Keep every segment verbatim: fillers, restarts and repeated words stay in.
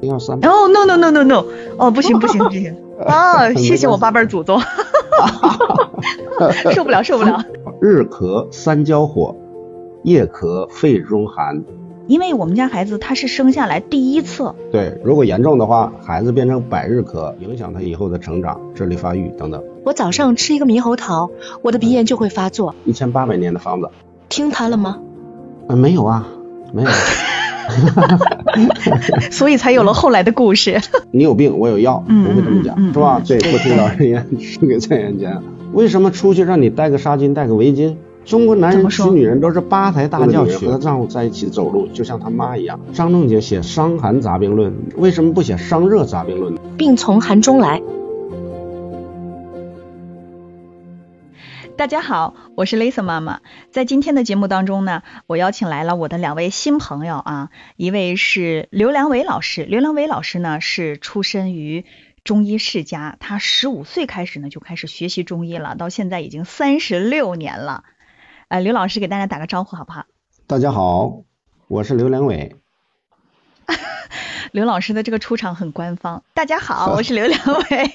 零幺三。 哦 no no no no no， 哦不行不行不行啊！谢谢我八辈祖宗，受不了受不了。 日咳三焦火，夜咳肺中寒。 因为我们家孩子他是生下来第一次， 对，如果严重的话，孩子变成百日咳，影响他以后的成长、智力发育等等。 我早上吃一个猕猴桃，我的鼻炎就会发作。 一千八百年的方子， 听他了吗？ 呃，没有啊，没有。 所以才有了后来的故事。 你有病，我有药， 嗯、 不会这么讲， 嗯、 是吧？对，不听老人言，是给在眼前。为什么出去让你戴个纱巾、戴个围巾？中国男人娶女人都是八抬大轿娶，和丈夫在一起走路，就像他妈一样。张仲景写《伤寒杂病论》，为什么不写《伤热杂病论》？ 病从寒中来。 大家好，我是 Lisa 妈妈。在今天的节目当中呢，我邀请来了我的两位新朋友啊，一位是刘良伟老师。刘良伟老师呢是出身于中医世家，他十五岁开始呢就开始学习中医了，到现在已经三十六年了。呃，刘老师给大家打个招呼好不好？ 大家好，我是刘良伟。 刘老师的这个出场很官方。大家好，我是刘良伟。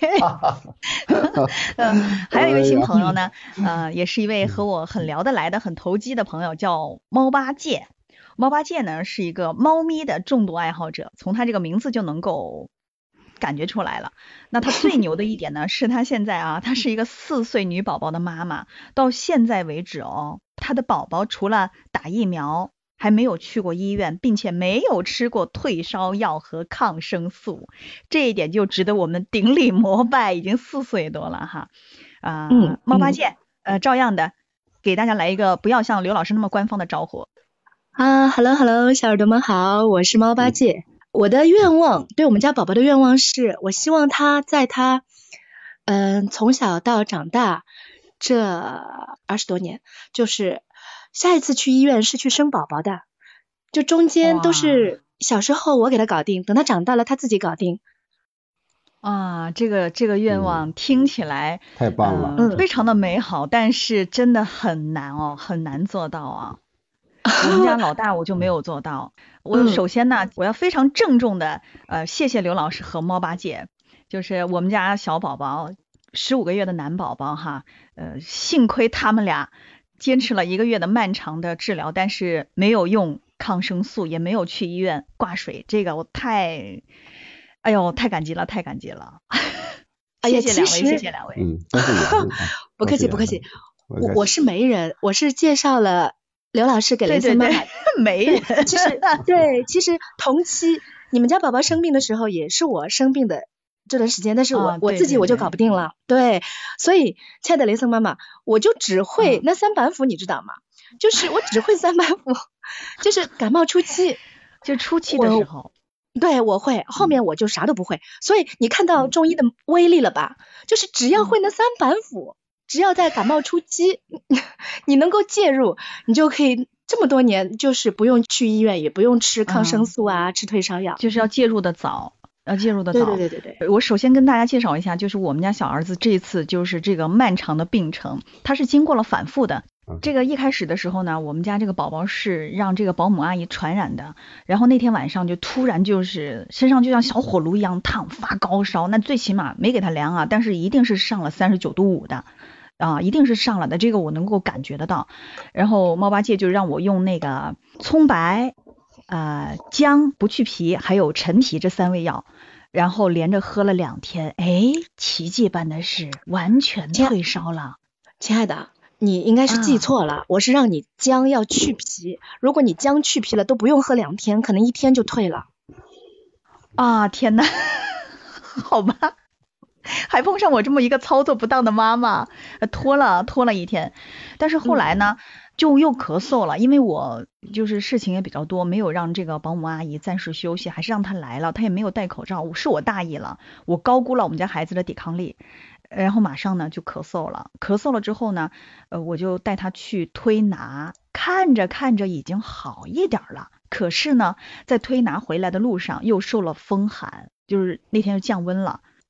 嗯，还有一位新朋友呢，呃，也是一位和我很聊得来的、很投机的朋友，叫猫八戒。猫八戒呢是一个猫咪的重度爱好者，从他这个名字就能够感觉出来了。那他最牛的一点呢，是他现在啊，他是一个四岁女宝宝的妈妈，到现在为止哦，他的宝宝除了打疫苗，还没有去过医院，并且没有吃过退烧药和抗生素，这一点就值得我们顶礼膜拜。已经四岁多了哈，啊、呃， 嗯， 猫八戒，呃，照样的给大家来一个不要像刘老师那么官方的招呼啊 ，Hello Hello， 小耳朵们好，我是猫八戒。我的愿望，对我们家宝宝的愿望是，我希望他在他，嗯、呃，从小到长大这二十多年，就是下一次去医院是去生宝宝的，就中间都是小时候我给他搞定，等他长大了他自己搞定。 啊，这个这个愿望听起来、 嗯、太棒了、 呃，非常的美好，但是真的很难哦，很难做到啊。我们家老大我就没有做到。我首先呢，我要非常郑重的呃谢谢刘老师和猫八戒，就是我们家小宝宝十五个月的男宝宝哈，呃，幸亏他们俩坚持了一个月的漫长的治疗，但是没有用抗生素，也没有去医院挂水，这个我太，哎呦，太感激了，太感激了。 哎呀， 谢谢两位，谢谢两位。 嗯， 不客气，不客气。我我是媒人，我是介绍了刘老师给雷森妈妈。 媒人。 其实对，其实同期你们家宝宝生病的时候，也是我生病的这段时间，但是我、 啊、 我自己我就搞不定了。对，所以亲爱的雷森妈妈，我就只会、嗯、那三板斧，你知道吗？就是我只会三板斧，就是感冒初期， 就初期的时候。 对，我会，后面我就啥都不会。所以你看到中医的威力了吧？就是只要会那三板斧，只要在感冒初期你能够介入，你就可以这么多年就是不用去医院，也不用吃抗生素啊、嗯、吃退烧药， 就是要介入的早。要介入的早。 对对对对对。 我首先跟大家介绍一下，就是我们家小儿子这次就是这个漫长的病程，他是经过了反复的。这个一开始的时候呢，我们家这个宝宝是让这个保姆阿姨传染的，然后那天晚上就突然就是身上就像小火炉一样烫，发高烧，那最起码没给他量啊，但是一定是上了三十九度五的啊，一定是上了的，这个我能够感觉得到。然后猫八戒就让我用那个葱白、呃姜不去皮还有陈皮这三味药，然后连着喝了两天，哎，奇迹般的是完全退烧了。 亲爱的，你应该是记错了、啊、我是让你姜要去皮，如果你姜去皮了都不用喝两天，可能一天就退了。 啊天哪好吧，还碰上我这么一个操作不当的妈妈，拖了拖了一天。但是后来呢、嗯、就又咳嗽了，因为我就是事情也比较多，没有让这个保姆阿姨暂时休息，还是让她来了，她也没有戴口罩，是我大意了，我高估了我们家孩子的抵抗力，然后马上呢就咳嗽了。咳嗽了之后呢呃，我就带他去推拿，看着看着已经好一点了，可是呢在推拿回来的路上又受了风寒，就是那天就降温了，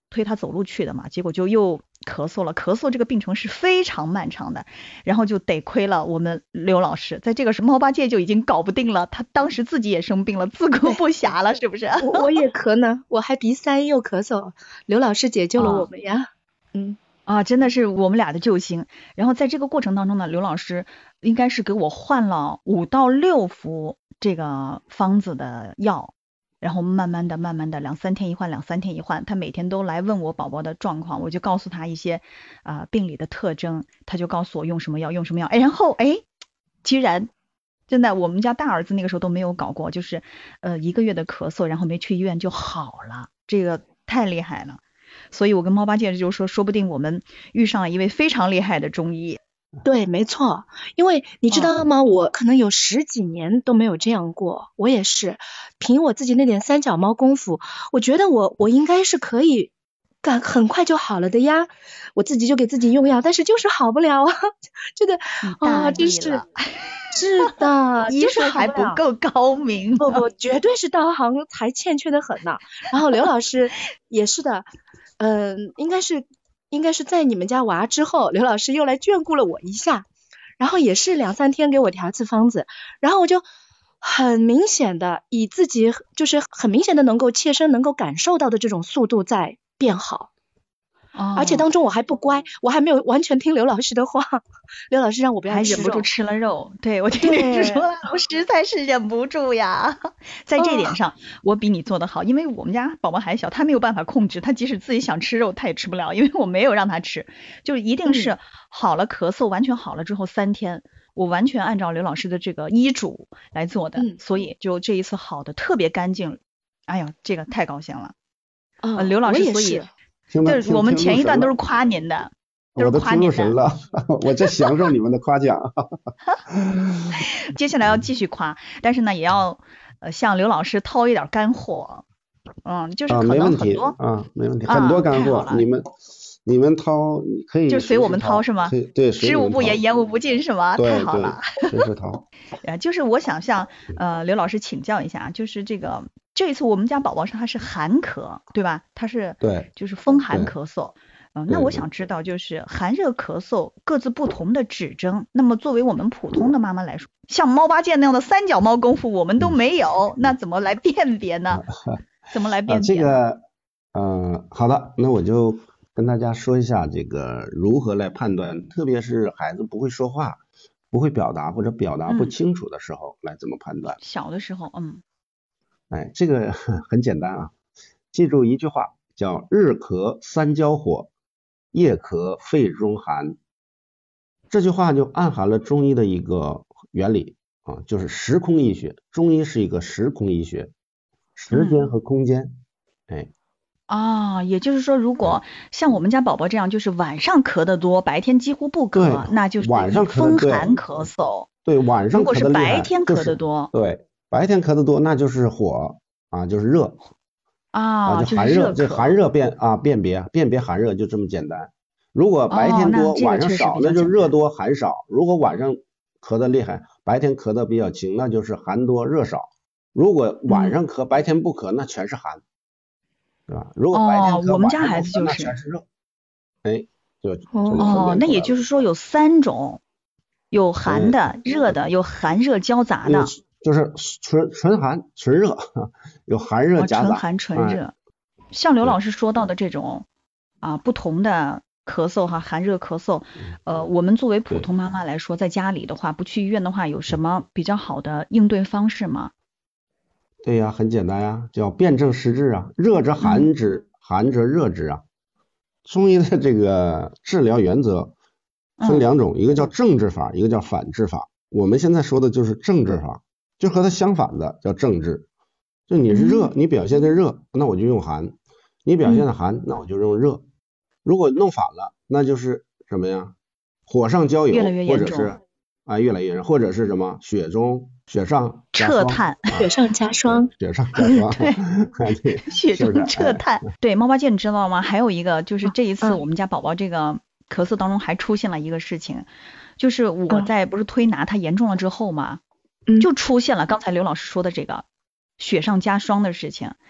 推他走路去的嘛，结果就又咳嗽了。咳嗽这个病程是非常漫长的，然后就得亏了我们刘老师，在这个时候猫八戒就已经搞不定了，他当时自己也生病了，自顾不暇了，是不是？ 我我也咳呢，我还鼻塞又咳嗽，刘老师解救了我们呀。啊嗯啊，真的是我们俩的救星。然后在这个过程当中呢，刘老师应该是给我换了五到六服这个方子的药。然后慢慢的慢慢的两三天一换两三天一换，他每天都来问我宝宝的状况，我就告诉他一些啊、呃、病理的特征，他就告诉我用什么药用什么药。哎，然后哎居然真的我们家大儿子那个时候都没有搞过，就是呃一个月的咳嗽然后没去医院就好了，这个太厉害了。所以我跟猫八戒就说，说不定我们遇上了一位非常厉害的中医。 对，没错，因为你知道吗、哦、我可能有十几年都没有这样过，我也是凭我自己那点三脚猫功夫，我觉得我我应该是可以干很快就好了的呀，我自己就给自己用药，但是就是好不了啊，觉得啊，真是是的， 医术还不够高明， 不不，绝对是道行还欠缺的很呢。然后刘老师也是的，嗯、呃，应该是。应该是在你们家娃之后，刘老师又来眷顾了我一下，然后也是两三天给我调次方子，然后我就很明显的以自己就是很明显的能够切身能够感受到的这种速度在变好。哦、而且当中我还不乖，我还没有完全听刘老师的话，刘老师让我不要吃肉， 还忍不住吃了肉。对，我听你说了，我实在是忍不住呀。在这点上、哦、我比你做得好，因为我们家宝宝还小，他没有办法控制，他即使自己想吃肉他也吃不了，因为我没有让他吃，就一定是好了咳嗽、嗯、完全好了之后三天，我完全按照刘老师的这个医嘱来做的、嗯、所以就这一次好的特别干净。哎呀，这个太高兴了。 哦、 呃，刘老师所以对，我们前一段都是夸您的，都是夸您的。 我都听入神了，我在享受你们的夸奖。 接下来要继续夸，但是呢，也要呃向刘老师掏一点干货。嗯，就是可能很多啊，没问题，啊、很多干货，你们你们掏可以就随我们掏是吗？ 对， 知无不言，言无不尽是吗？太好了， 随时掏。 呃，就是我想向呃刘老师请教一下，就是这个。这一次我们家宝宝他是寒咳，对吧？他是对， 就是风寒咳嗽。嗯、呃，那我想知道，就是寒热咳嗽各自不同的指征。那么作为我们普通的妈妈来说，像猫八戒那样的三脚猫功夫我们都没有，那怎么来辨别呢？怎么来辨别、啊？ 这个，呃，好的，那我就跟大家说一下这个如何来判断，特别是孩子不会说话、不会表达或者表达不清楚的时候，嗯、来怎么判断？ 小的时候，嗯。 哎，这个很简单啊，记住一句话叫日咳三焦火，夜咳肺中寒。这句话就暗含了中医的一个原理啊，就是时空医学。中医是一个时空医学，时间和空间。嗯、哎， 啊，也就是说，如果像我们家宝宝这样，就是晚上咳得多，白天几乎不咳，那就是晚上风寒咳嗽。 对，晚上咳得厉害。如果是白天咳得多， 就是、对。白天咳得多，那就是火啊，就是热啊， 啊，就寒热，这寒热辨啊辨别辨别寒热就这么简单。如果白天多、 哦、 晚上少，那就热多寒少。如果晚上咳得厉害，白天咳得比较轻，那就是寒多热少。如果晚上咳，嗯、白天不咳，那全是寒，对吧？如果白天咳， 哦、我们家孩子就是那全是热。哎，就哦，那也就是说有三种。有寒的、嗯、热的，有寒热交杂的， 就是纯纯寒纯热，有寒热夹杂。 纯寒纯热、嗯。像刘老师说到的这种啊不同的咳嗽哈，寒热咳嗽，呃，我们作为普通妈妈来说，在家里的话，不去医院的话，有什么比较好的应对方式吗？ 对呀，很简单呀，叫辨证施治啊，热则寒之，嗯、寒则热之啊。中医的这个治疗原则分两种，一个叫正治法，一个叫反治法。我们现在说的就是正治法，就和它相反的叫正治。就你是热，你表现的热，那我就用寒；你表现的寒，那我就用热。如果弄反了，那就是什么呀？火上浇油， 越来越或者是啊越来越严重，或者是什么雪中雪上彻炭， 雪上加霜， 雪上加霜， 对对，雪中彻炭。对，猫八戒你知道吗？还有一个就是这一次我们家宝宝这个咳嗽当中还出现了一个事情，就是我在不是推拿他严重了之后嘛，就出现了刚才刘老师说的这个雪上加霜的事情。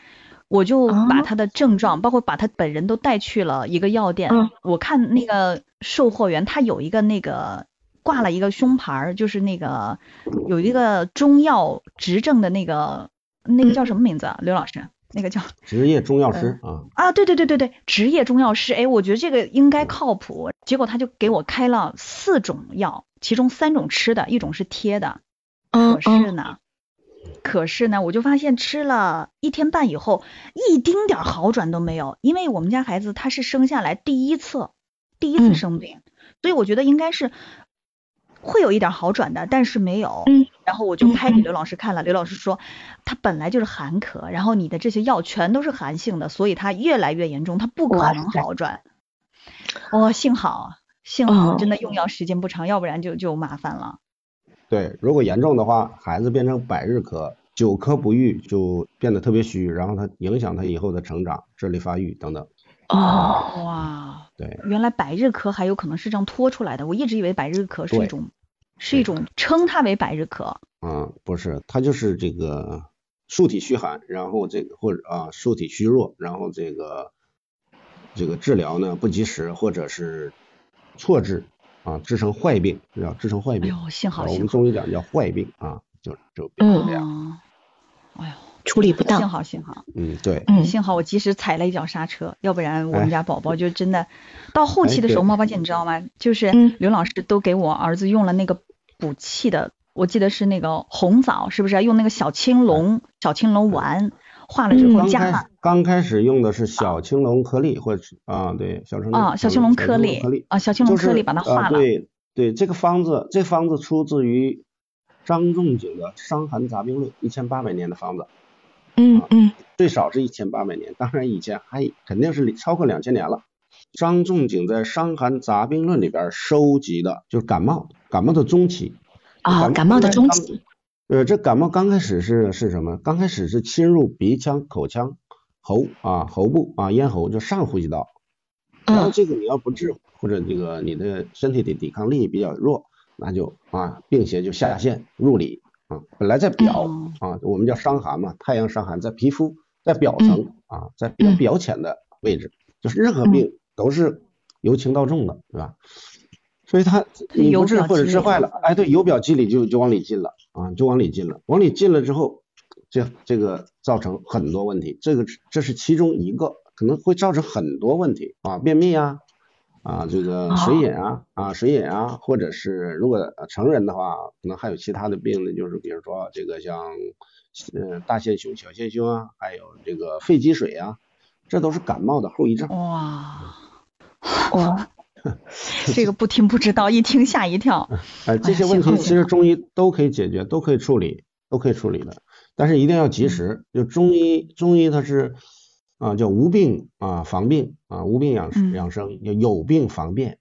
我就把他的症状，包括把他本人都带去了一个药店。 嗯、 我看那个售货员，他有一个那个挂了一个胸牌，就是那个有一个中药执证的那个那个叫什么名字啊？刘老师，那个叫职业中药师、呃、啊啊，对对对对对，职业中药师。哎，我觉得这个应该靠谱。结果他就给我开了四种药，其中三种吃的，一种是贴的。可是呢。嗯嗯可是呢，我就发现吃了一天半以后，一丁点好转都没有。因为我们家孩子他是生下来第一次，第一次生病，嗯、所以我觉得应该是会有一点好转的，但是没有。 嗯， 然后我就拍给刘老师看了，刘老师说他本来就是寒咳，然后你的这些药全都是寒性的，所以他越来越严重，他不可能好转。哦，幸好幸好真的用药时间不长，哦、要不然就就麻烦了。 对，如果严重的话，孩子变成百日咳，久咳不愈，就变得特别虚，然后他影响他以后的成长、智力发育等等。 哦， 哇， 对， 原来百日咳还有可能是这样拖出来的，我一直以为百日咳是一种是一种称它为百日咳。 嗯，不是，它就是这个素体虚寒，然后这个或者啊素体虚弱，然后这个这个治疗呢不及时，或者是错治。啊，治成坏病，叫治成坏病。 哎呦，幸好， 我们中医讲叫坏病啊，就就变成这样。 嗯，哎呦， 处理不当。 幸好，幸好。 嗯，对。 嗯，幸好我及时踩了一脚刹车，要不然我们家宝宝就真的、哎、到后期的时候，猫八戒你知道吗？就是刘老师都给我儿子用了那个补气的，我记得是那个红枣，是不是？用那个小青龙、哎、小青龙丸。化了之后加了、 嗯，刚开始用的是小青龙颗粒，或者啊，对，小青龙啊，小青龙颗粒啊，小青龙颗粒把它化了。 就是呃、对对，这个方子，这方子出自于张仲景的《伤寒杂病论》，一千八百年的方子。 嗯嗯、 啊，最少是一千八百年，当然以前还肯定是超过两千年了。张仲景在《伤寒杂病论》里边收集的就是感冒，感冒的中期。 啊、哦，感冒的中期。 呃，这感冒刚开始是是什么？刚开始是侵入鼻腔、口腔、喉啊、喉部啊、咽喉，就上呼吸道。然后这个你要不治，或者这个你的身体的抵抗力比较弱，那就啊病邪就下陷入里啊。本来在表啊，我们叫伤寒嘛，太阳伤寒在皮肤，在表层啊，在比较表浅的位置，就是任何病都是由轻到重的，对吧？所以它你不治或者治坏了，哎，对，由表及里就就往里进了啊，就往里进了，往里进了之后，这这个造成很多问题，这个这是其中一个，可能会造成很多问题啊，便秘啊，啊这个水饮啊啊水饮啊，或者是如果成人的话，可能还有其他的病呢，就是比如说这个像呃大腺胸、小腺胸啊，还有这个肺积水啊，这都是感冒的后遗症。 哇哇。这个不听不知道，一听吓一跳。 哎，这些问题其实中医都可以解决，都可以处理，都可以处理的，但是一定要及时。就中医，中医它是啊叫无病啊防病啊，无病养养生，叫有病防变。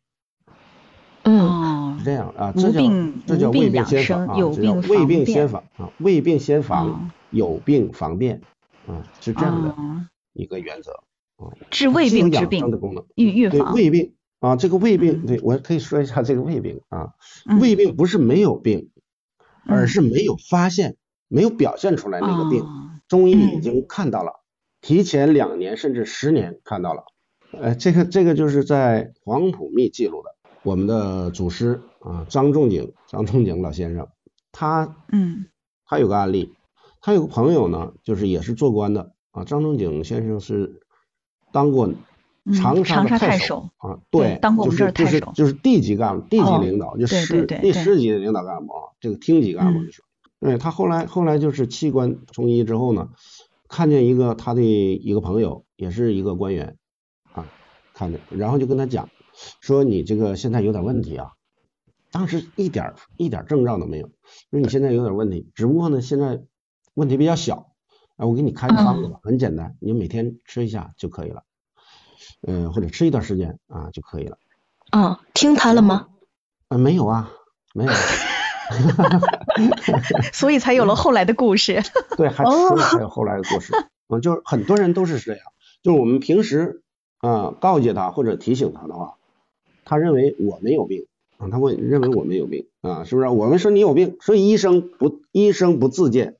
嗯， 是这样啊，这叫这叫未病先防啊，这叫未病先防啊，未病先防，有病防变啊，是这样的一个原则啊。 治未病治病的功能， 预预防胃病。啊，这个胃病，对，我可以说一下这个胃病啊。胃病不是没有病， 嗯、 而是没有发现，没有表现出来那个病。 哦、 中医已经看到了，嗯、提前两年甚至十年看到了。呃，这个这个就是在《黄埔秘》记录的。我们的祖师啊，张仲景，张仲景老先生，他嗯， 他有个案例，他有个朋友呢，就是也是做官的啊。张仲景先生是当过。长沙的太守啊，对， 当过我们这儿太守， 就是就是地级干部、地级领导，就师第师级的领导干部啊，这个厅级干部就是。对，他后来后来就是弃官从医之后呢，看见一个他的一个朋友，也是一个官员啊，看着，然后就跟他讲说你这个现在有点问题啊，当时一点一点症状都没有，说你现在有点问题，只不过呢现在问题比较小，啊，我给你开个方子吧，很简单，你每天吃一下就可以了。呃，或者吃一段时间啊就可以了。 嗯，听他了吗？ 呃，没有啊，没有。 所以才有了后来的故事。 对，还所以才有后来的故事。嗯，就是很多人都是这样，就是我们平时啊、呃、告诫他或者提醒他的话，他认为我没有病啊，他会认为我没有病啊，是不是？我们说你有病，所以医生不医生不自见，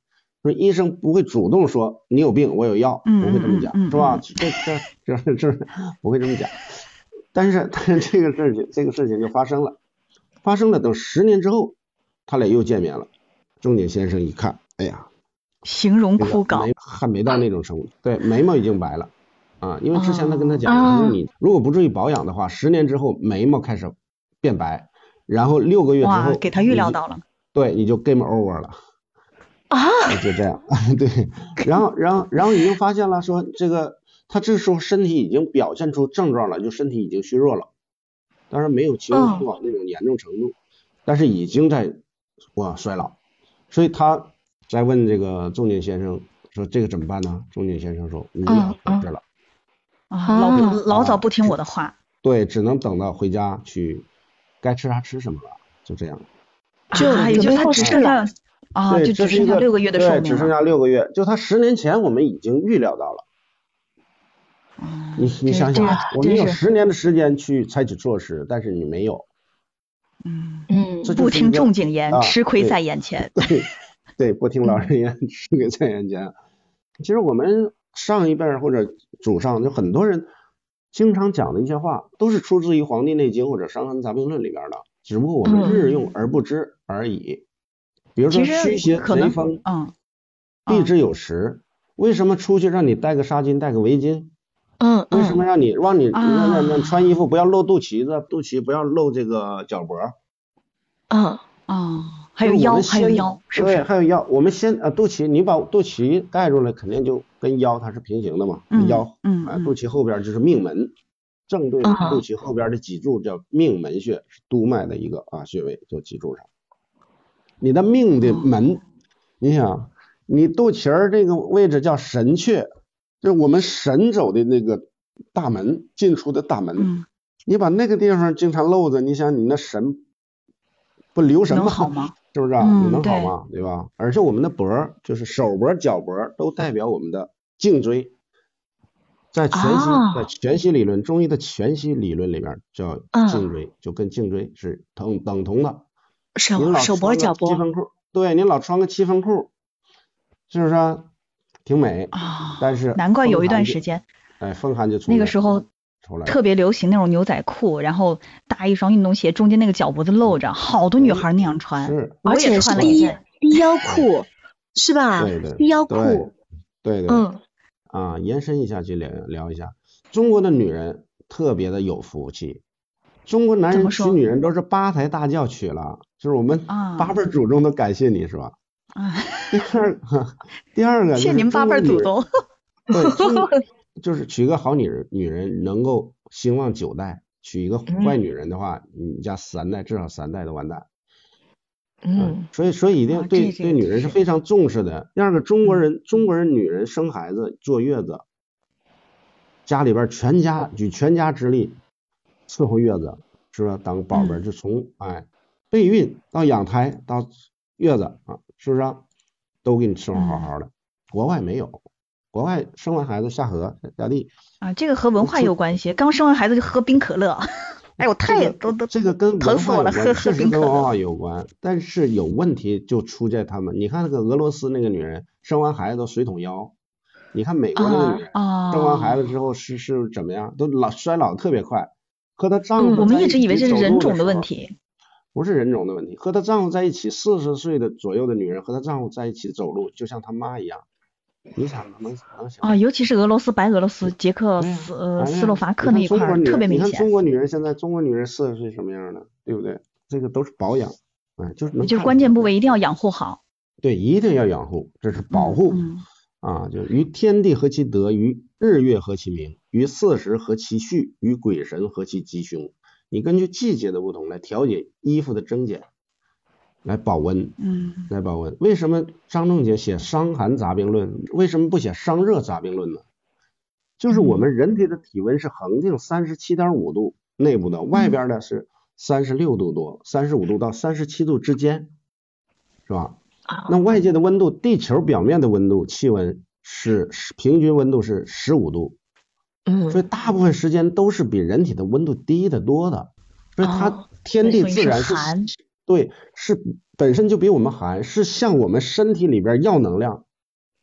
说医生不会主动说你有病我有药， 嗯、 不会这么讲， 嗯、 是吧？这这这这不会这么讲。但是但是这个事情这个事情就发生了，发生了等十年之后，他俩又见面了。仲景先生一看，哎呀， 形容枯槁， 这个、还没到那种程度，对，眉毛已经白了啊，因为之前他跟他讲， 哦、 他说你如果不注意保养的话，十年之后眉毛开始变白，然后六个月之后， 给他预料到了， 对，你就 game over 了啊， 就这样，对，然后然后然后已经发现了，说这个他这时候身体已经表现出症状了，就身体已经虚弱了，当然没有秦始皇那种严重程度，但是已经在哇衰老，所以他在问这个仲景先生说这个怎么办呢？仲景先生说无药可治了， 啊，老老早不听我的话，啊、 对，只能等到回家去该吃啥吃什么了，就这样， 就也就他只剩下啊，就只剩下六个月的寿命了， 只剩下六个月，就他十年前我们已经预料到了。 嗯、 你你想想，我们有十年的时间去采取措施，但是你没有。 嗯嗯，不听仲景言、啊，吃亏在眼前。 对对，不听老人言，吃亏在眼前。其实我们上一辈或者祖上就很多人经常讲的一些话，都是出自于《黄帝内经》或者《伤寒杂病论》里边的，只不过我们日用而不知而已。嗯、比如说驱邪贼风， 嗯， 避之有时。为什么出去让你带个纱巾，带个围巾？ 嗯， 为什么让你让你让让让穿衣服不要露肚脐子，肚脐不要露这个脚脖？ 嗯嗯，还有腰，还有腰，是不是？ 对，还有腰。我们先啊，肚脐你把肚脐盖住了，肯定就跟腰它是平行的嘛。 嗯、 腰， 嗯啊，肚脐后边就是命门，正对肚脐后边的脊柱叫命门穴，是督脉的一个啊穴位，就脊柱上。你的命的门，嗯、你想，你肚脐儿这个位置叫神阙。就是我们神走的那个大门，进出的大门， 嗯、 你把那个地方经常漏着，你想你那神不留神能好吗？ 是不是啊？ 嗯、 你能好吗？ 对, 对吧？而且我们的脖，就是手脖、脚脖都代表我们的颈椎，在全息、啊、在全息理论，中医的全息理论里面叫颈椎，嗯、就跟颈椎是等等同的。 手手脖、脚脖， 七分裤，对，您老穿个七分裤，是不是啊？挺美啊， 但是难怪有一段时间， 哎，风寒就出来， 那个时候特别流行那种牛仔裤，然后搭一双运动鞋，中间那个脚脖子露着，好多女孩那样穿， 是， 我也穿了一件低腰裤，是吧？ 对对， 低腰裤， 对对， 嗯， 啊，延伸一下去聊聊一下，中国的女人特别的有福气，中国男人娶女人都是八抬大轿娶了，就是我们八辈祖宗都感谢你，是吧？ 啊， 第二个，第二个， 谢您八辈祖宗。 对，就是娶个好女人，女人能够兴旺九代；娶一个坏女人的话，嗯、你家三代至少三代都完蛋。 嗯， 嗯所以所以一定对、啊、对女人是非常重视的。第二个，中国人、嗯、中国人女人生孩子坐月子，家里边全家举全家之力伺候月子，是吧？当宝贝、嗯、就从哎备孕到养胎到月子啊。是不是、啊、都给你伺候好好的、嗯、国外没有，国外生完孩子下河下地啊，这个和文化有关系，刚生完孩子就喝冰可乐，哎呦太、 这个、 都都这个跟疼死我了，喝喝冰可乐， 跟文化有关，但是有问题就出在他们，你看那个俄罗斯那个女人生完孩子都水桶腰，你看美国那个女人、 啊、 生完孩子之后是是怎么样，都老衰老特别快，和她丈夫、 嗯、我们一直以为这是人种的问题。 不是人种的问题，和她丈夫在一起四十岁的左右的女人和她丈夫在一起走路就像她妈一样，你想能能想啊？尤其是俄罗斯、白俄罗斯、捷克斯、呃、斯洛伐克那一块特别明显。 你看中国女人现在，中国女人四十岁什么样的，对不对？这个都是保养，哎，就是能就是关键部位一定要养护好。 对，一定要养护，这是保护、 嗯嗯、啊，就于天地合其德，于日月合其明，于四时合其序，于鬼神合其吉凶。你根据季节的不同来调节衣服的增减，来保温， 嗯， 来保温。为什么张仲景写《伤寒杂病论》，为什么不写《伤热杂病论》呢？就是我们人体的体温是恒定 三十七点五 度，内部的，外边的是三十六度多，三十五度到三十七度之间，是吧？那外界的温度，地球表面的温度，气温是平均温度是十五度。 嗯， 所以大部分时间都是比人体的温度低得多的，所以它天地自然是、 哦、是对，是本身就比我们寒，是向我们身体里边要能量，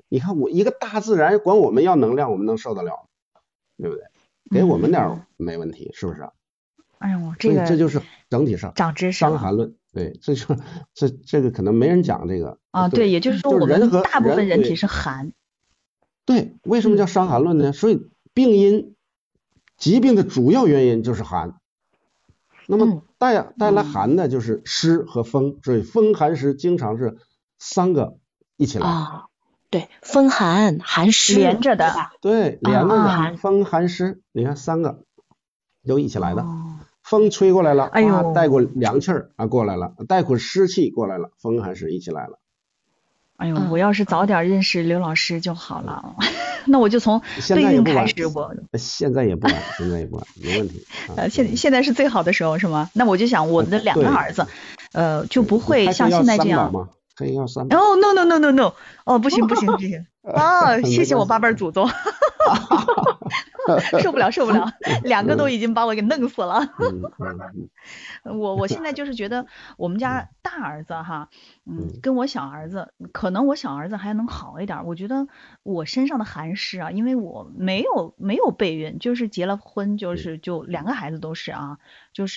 你看我一个大自然管我们要能量，我们能受得了，对不对？给我们点没问题，嗯、是不是？ 哎呦，这个这就是整体上长知识伤寒论。对，这就这这个可能没人讲这个啊。对，也就是说我们大部分人体是寒。 对，为什么叫伤寒论呢？所以病因、疾病的主要原因就是寒。那么带带来寒的就是湿和风，所以风寒湿经常是三个一起来。 啊，对，风寒寒湿连着的， 对，连着的、啊、风寒湿，你看三个都一起来的。哦、风吹过来了， 哎呦， 带过凉气儿啊过来了，带过湿气过来了，风寒湿一起来了。 哎呦，我要是早点认识刘老师就好了，嗯、那我就从对应开始我。 现在也不晚，现在也不晚，没问题。 呃，现现在是最好的时候是吗？那我就想我的两个儿子，呃，就不会像现在这样。 可以要三宝。 哦 no no no no no， 哦不行不行不行啊！谢谢我八辈祖宗，受不了受不了，两个都已经把我给弄死了。我我现在就是觉得我们家大儿子哈，嗯，跟我小儿子，可能我小儿子还能好一点。我觉得我身上的寒湿啊，因为我没有没有备孕，就是结了婚，就是就两个孩子都是啊，就是。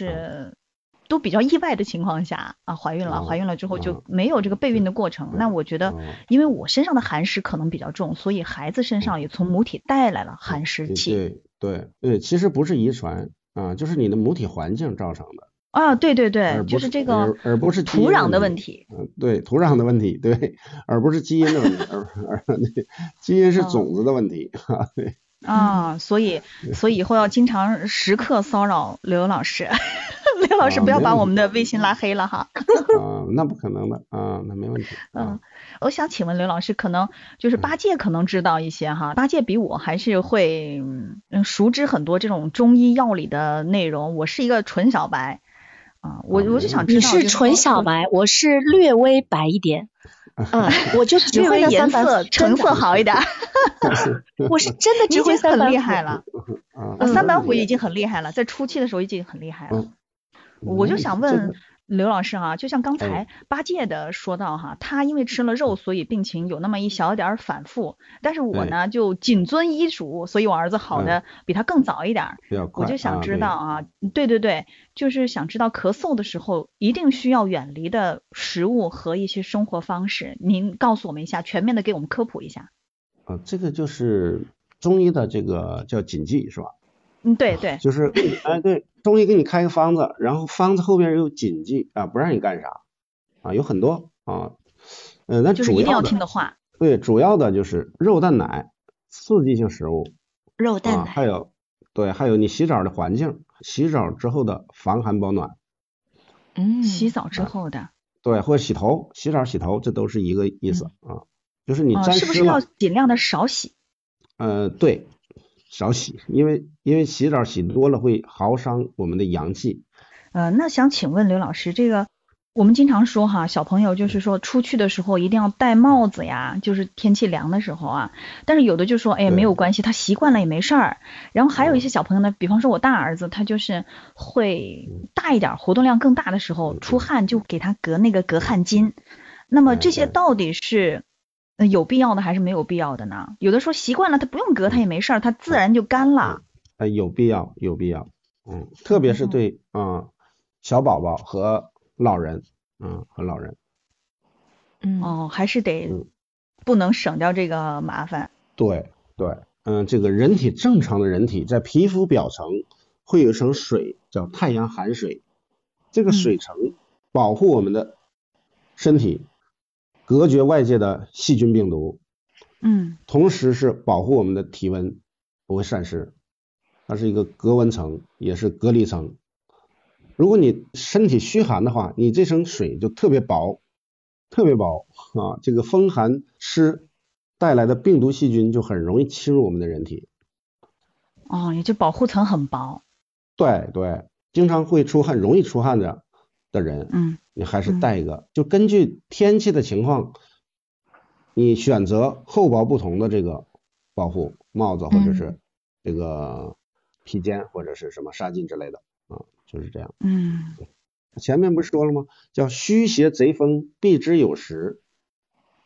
都比较意外的情况下啊，怀孕了，怀孕了之后就没有这个备孕的过程。那我觉得，因为我身上的寒湿可能比较重，所以孩子身上也从母体带来了寒湿气。 对对对，其实不是遗传啊，就是你的母体环境造成的。 啊，对对对，就是这个， 而而不是土壤的问题。 嗯，对，土壤的问题，对，而不是基因的问题，而而基因是种子的问题啊，对。 啊，所以所以以后要经常时刻骚扰刘老师，刘老师不要把我们的微信拉黑了哈。 啊，那不可能的啊，那没问题。 嗯，我想请问刘老师，可能就是八戒可能知道一些哈，八戒比我还是会嗯熟知很多这种中医药理的内容，我是一个纯小白啊，我我就想知道。 你是纯小白，我是略微白一点。嗯，我就只会颜色成色好一点。 我是真的只会三很厉害了，嗯、三板斧已经很厉害了，在初期的时候已经很厉害了。嗯、我就想问刘老师哈、啊，就像刚才八戒的说到哈，他因为吃了肉，所以病情有那么一小点反复，但是我呢就谨遵医嘱，所以我儿子好的比他更早一点。 嗯、 我就想知道啊，对对对，就是想知道咳嗽的时候一定需要远离的食物和一些生活方式，您告诉我们一下，全面的给我们科普一下。 啊，这个就是中医的这个叫谨记是吧？ 嗯，对对， 就是哎对，中医给你开个方子，然后方子后边有谨记啊，不让你干啥啊，有很多啊，呃，那主要的就是一定要听的话。 对，主要的就是肉蛋奶，刺激性食物， 肉蛋奶， 啊、还有对，还有你洗澡的环境，洗澡之后的防寒保暖。 嗯，洗澡之后的。 啊、对，或者洗头，洗澡洗头，这都是一个意思、嗯、啊，就是你沾湿了、 哦、是不是要尽量的少洗？ 呃，对。少洗，因为因为洗澡洗多了会耗伤我们的阳气。 呃，那想请问刘老师，这个我们经常说哈，小朋友就是说出去的时候一定要戴帽子呀，就是天气凉的时候啊。但是有的就说，哎，没有关系，他习惯了也没事儿。然后还有一些小朋友呢，比方说我大儿子，他就是会大一点，活动量更大的时候出汗，就给他隔那个隔汗巾。那么这些到底是？有必要的还是没有必要的呢？有的说习惯了，他不用隔，他也没事儿，他自然就干了。 呃，有必要，有必要，嗯，特别是对啊、呃、小宝宝和老人，嗯，和老人， 嗯，哦，还是得、嗯、不能省掉这个麻烦。 对对，嗯，这个人体正常的人体在皮肤表层会有一层水叫太阳寒水，这个水层保护我们的身体。隔绝外界的细菌病毒， 嗯， 同时是保护我们的体温不会散失，它是一个隔温层，也是隔离层。如果你身体虚寒的话，你这层水就特别薄，特别薄啊，这个风寒湿带来的病毒细菌就很容易侵入我们的人体。 哦，也就保护层很薄。 对对，经常会出汗，容易出汗的的人， 嗯。 你还是戴一个、嗯、就根据天气的情况你选择厚薄不同的这个保护帽子或者是这个披肩或者是什么纱巾之类的啊，就是这样。 嗯， 前面不是说了吗，叫虚邪贼风避之有时，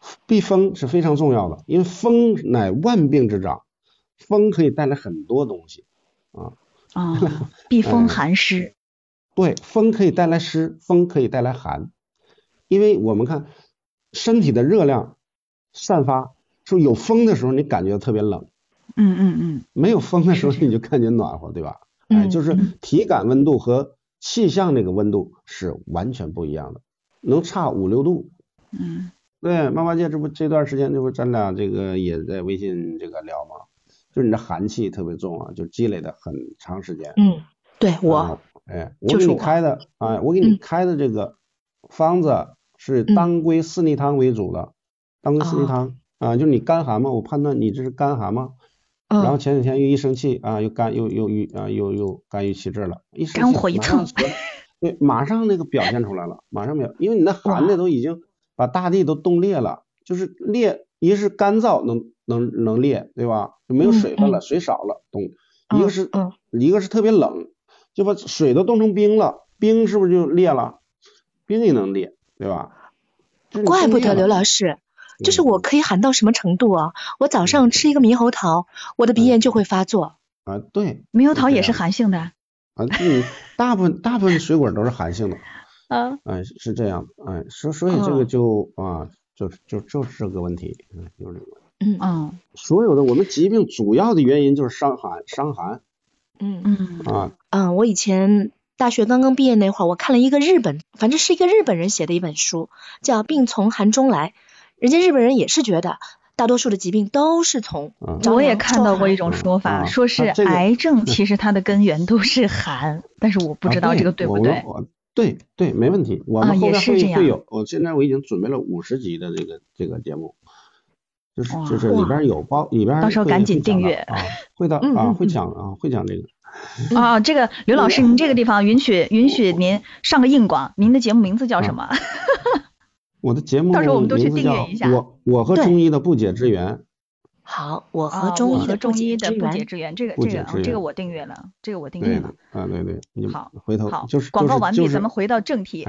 避风是非常重要的，因为风乃万病之长，风可以带来很多东西啊。 啊、哦，避风寒湿、哎。 对，风可以带来湿，风可以带来寒，因为我们看身体的热量散发，说有风的时候你感觉特别冷， 嗯嗯嗯， 没有风的时候你就感觉暖和，对吧？哎，就是体感温度和气象那个温度是完全不一样的，能差五六度。 嗯， 对，妈妈姐，这不这段时间这不咱俩这个也在微信这个聊吗？就是你的寒气特别重啊，就积累的很长时间。 嗯，对我。 啊哎，我给你开的啊、哎，我给你开的这个方子是当归四逆汤为主的，嗯、当归四逆汤、哦、啊，就是你肝寒嘛，我判断你这是肝寒嘛，嗯、然后前几天又一生气啊，又肝又又又啊又又肝郁气滞了，一生气肝火一蹭， 对，马上那个表现出来了，马上表，因为你那寒的都已经把大地都冻裂了，就是裂，一是干燥能能能裂，对吧？就没有水分了，嗯、水少了冻，一个是、嗯、一个是特别冷。就把水都冻成冰了，冰是不是就裂了？冰也能裂，对吧？ 怪不得刘老师，就是我可以寒到什么程度啊？我早上吃一个猕猴桃，我的鼻炎就会发作。 啊，对， 猕猴桃也是寒性的。 啊，对，大部分大部分水果都是寒性的。 啊， 哎，是这样，哎，所所以这个就、哦、啊，就就就是这个问题，嗯，就是这个问题。 嗯嗯， 所有的我们疾病主要的原因就是伤寒，伤寒。 嗯嗯啊嗯，我以前大学刚刚毕业那会儿，我看了一个日本，反正是一个日本人写的一本书，叫《病从寒中来》。人家日本人也是觉得大多数的疾病都是从、 嗯、我也看到过一种说法，嗯、说是癌症其实它的根源都是寒，嗯、但是我不知道这个对不对。 啊、对对对，没问题。我们后面会、啊、会有，我现在我已经准备了五十集的这个这个节目。就是就是里边有包里边， 到时候赶紧订阅啊，会的啊，会讲啊，会讲这个。 啊，这个刘老师，您这个地方允许允许您上个硬广，您的节目名字叫什么？ 啊、我的节目到时候我们都去订阅一下。 我我和中医的不解之缘。 好，我和中医的中医的不解之缘，这个这个这个我订阅了，这个我订阅了。 啊，对对， 好， 回头好， 就是广告完毕， 就是、 咱们回到正题。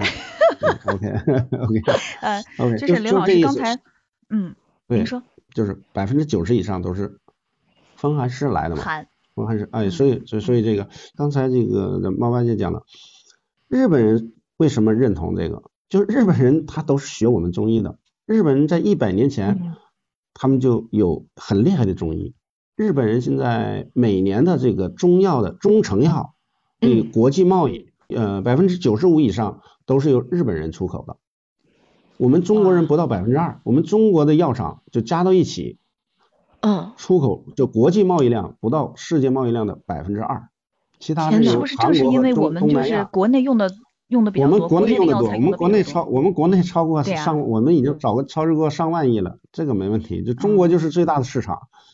OK OK， 呃， OK， 就是刘老师刚才，嗯，您说。 就是百分之九十以上都是风寒湿来的嘛， 寒风寒湿，哎，所以所以所以这个刚才这个猫八戒讲了，日本人为什么认同这个？就是日本人他都是学我们中医的，日本人在一百年前、嗯、他们就有很厉害的中医。日本人现在每年的这个中药的中成药，对国际贸易，呃，百分之九十五以上都是由日本人出口的。我们中国人不到百分之二，我们中国的药厂就加到一起， 嗯， 出口就国际贸易量不到世界贸易量的百分之二，其他是是不是正是因为我们就是国内用的用的比较多， 我们国内用的多，我们国内超我们国内超过上， 啊、 我们已经找个超过上万亿了，这个没问题，就中国就是最大的市场，